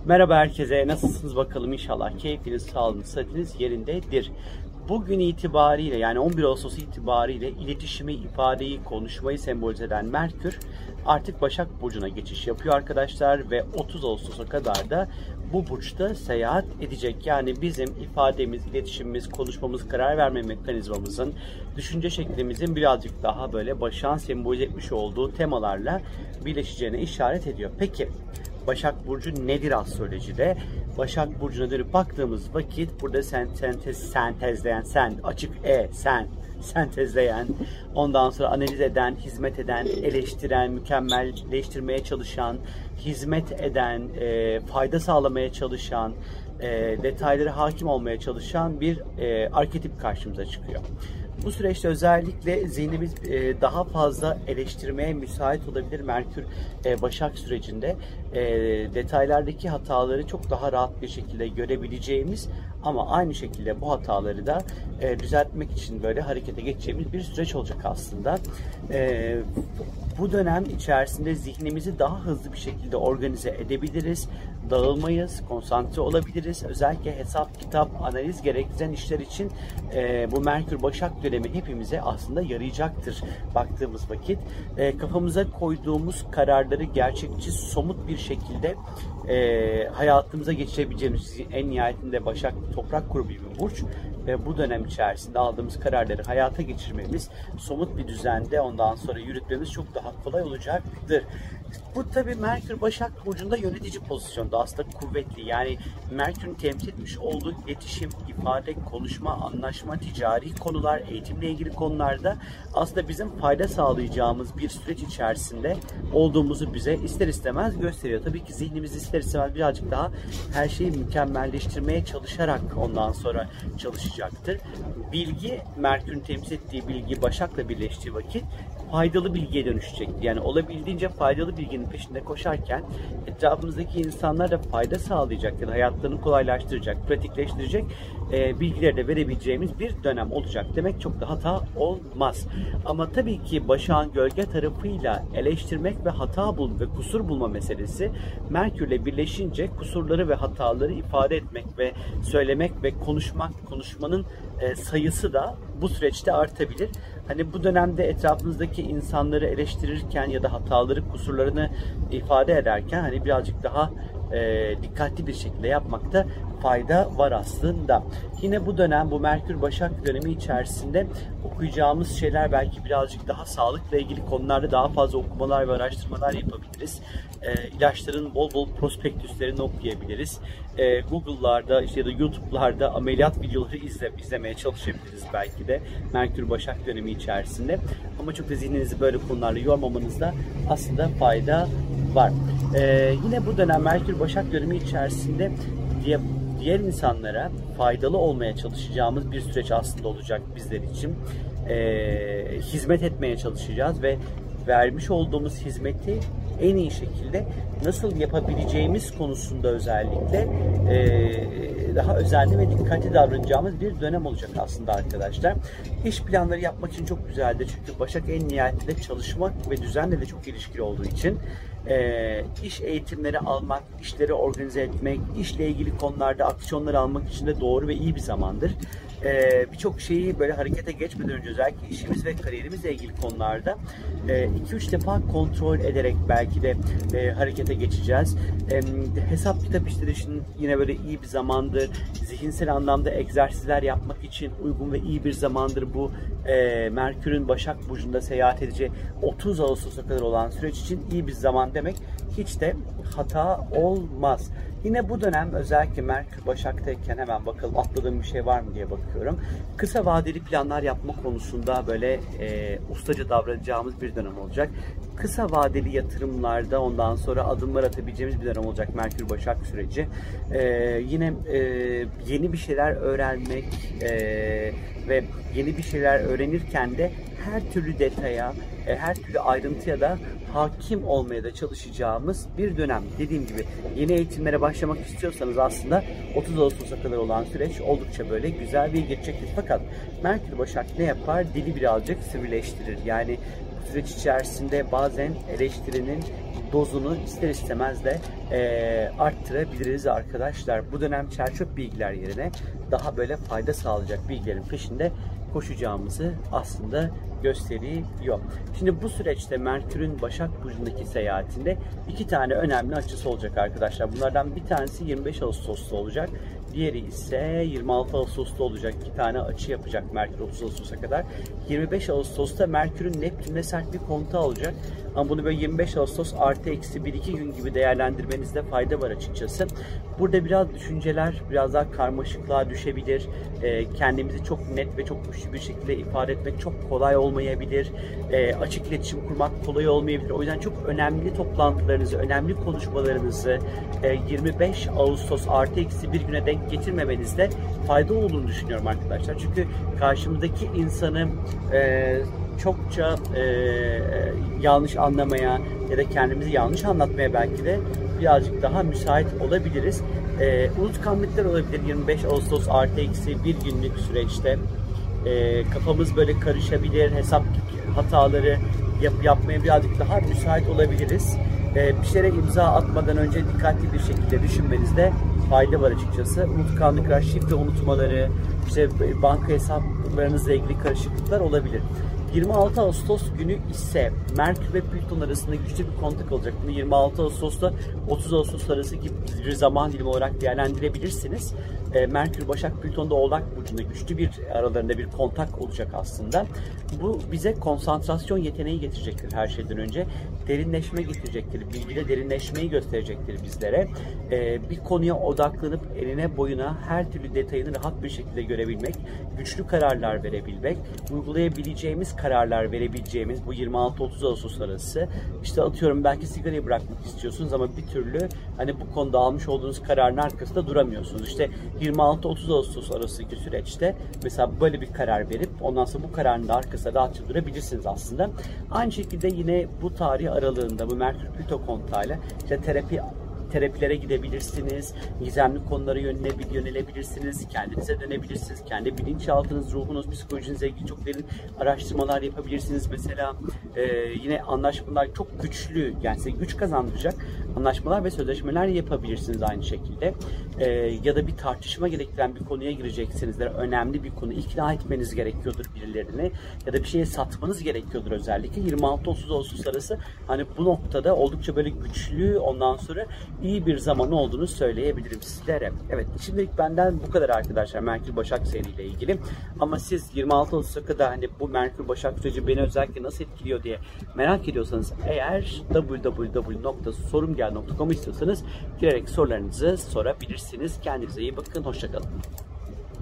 Merhaba herkese, nasılsınız bakalım? İnşallah keyfiniz, sağlığınız, sıhhatiniz yerindedir. Bugün itibariyle, yani 11 Ağustos itibariyle iletişimi, ifadeyi, konuşmayı sembolize eden Merkür artık Başak Burcu'na geçiş yapıyor arkadaşlar ve 30 Ağustos'a kadar da bu burçta seyahat edecek. Yani bizim ifademiz, iletişimimiz, konuşmamız, karar verme mekanizmamızın, düşünce şeklimizin birazcık daha böyle Başak'ın sembolize etmiş olduğu temalarla birleşeceğine işaret ediyor. Peki Başak Burcu nedir astrolojide? Başak Burcu'na dönüp baktığımız vakit burada sentezleyen, sentezleyen, ondan sonra analiz eden, hizmet eden, eleştiren, mükemmelleştirmeye çalışan, hizmet eden, fayda sağlamaya çalışan, detaylara hakim olmaya çalışan bir arketip karşımıza çıkıyor. Bu süreçte özellikle zihnimiz daha fazla eleştirmeye müsait olabilir Merkür Başak sürecinde. Detaylardaki hataları çok daha rahat bir şekilde görebileceğimiz ama aynı şekilde bu hataları da düzeltmek için böyle harekete geçeceğimiz bir süreç olacak aslında. Bu dönem içerisinde zihnimizi daha hızlı bir şekilde organize edebiliriz, dağılmayız, konsantre olabiliriz. Özellikle hesap, kitap, analiz gerektiren işler için bu Merkür Başak dönemi hepimize aslında yarayacaktır baktığımız vakit. Kafamıza koyduğumuz kararları gerçekçi, somut bir şekilde hayatımıza geçirebileceğimiz, en nihayetinde Başak toprak grubu bir burç ve bu dönem içerisinde aldığımız kararları hayata geçirmemiz, somut bir düzende ondan sonra yürütmemiz çok daha kolay olacaktır. Bu tabii Merkür Başak Burcu'nda yönetici pozisyonda aslında kuvvetli. Yani Merkür'ün temsil etmiş olduğu iletişim, ifade, konuşma, anlaşma, ticari konular, eğitimle ilgili konularda aslında bizim fayda sağlayacağımız bir süreç içerisinde olduğumuzu bize ister istemez gösteriyor. Tabii ki zihnimiz ister istemez birazcık daha her şeyi mükemmelleştirmeye çalışarak ondan sonra çalışacaktır. Bilgi, Merkür'ün temsil ettiği bilgi Başak'la birleştiği vakit faydalı bilgiye dönüşecek. Yani olabildiğince faydalı bilginin peşinde koşarken etrafımızdaki insanlar da fayda sağlayacaktır. Hayatlarını kolaylaştıracak, pratikleştirecek bilgileri de verebileceğimiz bir dönem olacak. Demek çok da hata olmaz. Ama tabii ki Başak'ın gölge tarafıyla eleştirmek ve hata bulma ve kusur bulma meselesi Merkür'le birleşince kusurları ve hataları ifade etmek ve söylemek ve konuşmanın sayısı da bu süreçte artabilir. Hani bu dönemde etrafınızdaki insanları eleştirirken ya da hataları, kusurlarını ifade ederken hani birazcık daha dikkatli bir şekilde yapmakta fayda var aslında. Yine bu dönem, bu Merkür Başak dönemi içerisinde okuyacağımız şeyler belki birazcık daha sağlıkla ilgili konularda daha fazla okumalar ve araştırmalar yapabiliriz. İlaçların bol bol prospektüslerini okuyabiliriz. Google'larda işte ya da YouTube'larda ameliyat videoları izlemeye çalışabiliriz belki de Merkür Başak dönemi içerisinde. Ama çok da zihninizi böyle konularla yormamanızda aslında fayda var. Yine bu dönem Merkür Başak dönemi içerisinde diğer insanlara faydalı olmaya çalışacağımız bir süreç aslında olacak bizler için. Hizmet etmeye çalışacağız ve vermiş olduğumuz hizmeti en iyi şekilde nasıl yapabileceğimiz konusunda özellikle daha özenli ve dikkatli davranacağımız bir dönem olacak aslında arkadaşlar. İş planları yapmak için çok güzeldi çünkü Başak en nihayetinde çalışmak ve düzenle de çok ilişkili olduğu için iş eğitimleri almak, işleri organize etmek, işle ilgili konularda aksiyonlar almak için de doğru ve iyi bir zamandır. Birçok şeyi böyle harekete geçmeden önce özellikle işimiz ve kariyerimizle ilgili konularda 2-3 defa kontrol ederek belki de harekete geçeceğiz. Hesap kitap işleri için yine böyle iyi bir zamandır. Zihinsel anlamda egzersizler yapmak için uygun ve iyi bir zamandır bu. Merkür'ün Başak Burcu'nda seyahat edeceği 30 Ağustos'a kadar olan süreç için iyi bir zaman demek hiç de hata olmaz. Yine bu dönem özellikle Merkür Başak'tayken hemen bakalım atladığım bir şey var mı diye bakıyorum. Kısa vadeli planlar yapma konusunda böyle ustaca davranacağımız bir dönem olacak. Kısa vadeli yatırımlarda ondan sonra adımlar atabileceğimiz bir dönem olacak Merkür Başak süreci. Yine yeni bir şeyler öğrenmek ve yeni bir şeyler öğrenirken de her türlü detaya, her türlü ayrıntıya da hakim olmaya da çalışacağımız bir dönem. Dediğim gibi yeni eğitimlere başlamak istiyorsanız aslında 30 Ağustos'a kadar olan süreç oldukça böyle güzel bir geçecektir. Fakat Merkür Başak ne yapar? Dili birazcık sivrileştirir. Yani bu süreç içerisinde bazen eleştirinin dozunu ister istemez de arttırabiliriz arkadaşlar. Bu dönem çerçöp bilgiler yerine daha böyle fayda sağlayacak bilgilerin peşinde koşacağımızı aslında gösteriyor. Şimdi bu süreçte Merkür'ün Başak Burcu'ndaki seyahatinde 2 tane önemli açısı olacak arkadaşlar. Bunlardan bir tanesi 25 Ağustos'ta olacak. Diğeri ise 26 Ağustos'ta olacak. 2 tane açı yapacak Merkür 30 Ağustos'a kadar. 25 Ağustos'ta Merkür'ün Neptün'le sert bir kontağı olacak. Ama bunu böyle 25 Ağustos artı eksi 1-2 gün gibi değerlendirmenizde fayda var açıkçası. Burada biraz düşünceler biraz daha karmaşıklığa düşebilir. Kendimizi çok net ve çok güçlü bir şekilde ifade etmek çok kolay olmayabilir. Açık iletişim kurmak kolay olmayabilir. O yüzden çok önemli toplantılarınızı, önemli konuşmalarınızı 25 Ağustos artı eksi 1 güne denk getirmemenizde fayda olduğunu düşünüyorum arkadaşlar. Çünkü karşımızdaki insanı çokça yanlış anlamaya ya da kendimizi yanlış anlatmaya belki de birazcık daha müsait olabiliriz. Unutkanlıklar olabilir 25 Ağustos artı eksi 1 günlük süreçte. Kafamız böyle karışabilir, hesap hataları yapmaya birazcık daha müsait olabiliriz. Bir şeylere imza atmadan önce dikkatli bir şekilde düşünmenizde fayda var açıkçası. Unutkanlıklar, şifre unutmaları, işte banka hesaplarınızla ilgili karışıklıklar olabilir. 26 Ağustos günü ise Merkür ve Plüton arasında güçlü bir kontak olacak. Bunu 26 Ağustos'ta 30 Ağustos arası gibi bir zaman dilimi olarak değerlendirebilirsiniz. Merkür, Başak, Plüton'da Oğlak Burcu'nda güçlü bir aralarında bir kontak olacak aslında. Bu bize konsantrasyon yeteneği getirecektir her şeyden önce. Derinleşme getirecektir. Bilgide derinleşmeyi gösterecektir bizlere. Bir konuya odaklanıp eline boyuna her türlü detayını rahat bir şekilde görebilmek, güçlü kararlar verebilmek, uygulayabileceğimiz kararlar verebileceğimiz bu 26-30 Ağustos arası. İşte atıyorum belki sigarayı bırakmak istiyorsunuz ama bir türlü hani bu konuda almış olduğunuz kararın arkasında duramıyorsunuz. İşte 26-30 Ağustos arasındaki süreçte mesela böyle bir karar verip ondan sonra bu kararın da arkasında rahatça durabilirsiniz aslında. Aynı şekilde yine bu tarih aralığında bu Merkür Plüto kontağıyla işte terapilere gidebilirsiniz, gizemli konulara yönelebilirsiniz, kendinize dönebilirsiniz, kendi bilinçaltınız, ruhunuz, psikolojinizle ilgili çok derin araştırmalar yapabilirsiniz. Mesela yine anlaşmalar çok güçlü, yani size güç kazandıracak anlaşmalar ve sözleşmeler yapabilirsiniz aynı şekilde. Ya da bir tartışma gerektiren bir konuya gireceksiniz. Önemli bir konu, ikna etmeniz gerekiyordur birilerini ya da bir şeye satmanız gerekiyordur özellikle. 26-30 Ağustos arası hani bu noktada oldukça böyle güçlü, ondan sonra iyi bir zaman olduğunu söyleyebilirim sizlere. Evet, şimdilik benden bu kadar arkadaşlar Merkür Başak seriyle ilgili. Ama siz 26 Ağustos'a kadar hani bu Merkür Başak süreci beni özellikle nasıl etkiliyor diye merak ediyorsanız eğer www.sorumgel.com istiyorsanız girerek sorularınızı sorabilirsiniz. Kendinize iyi bakın. Hoşça kalın.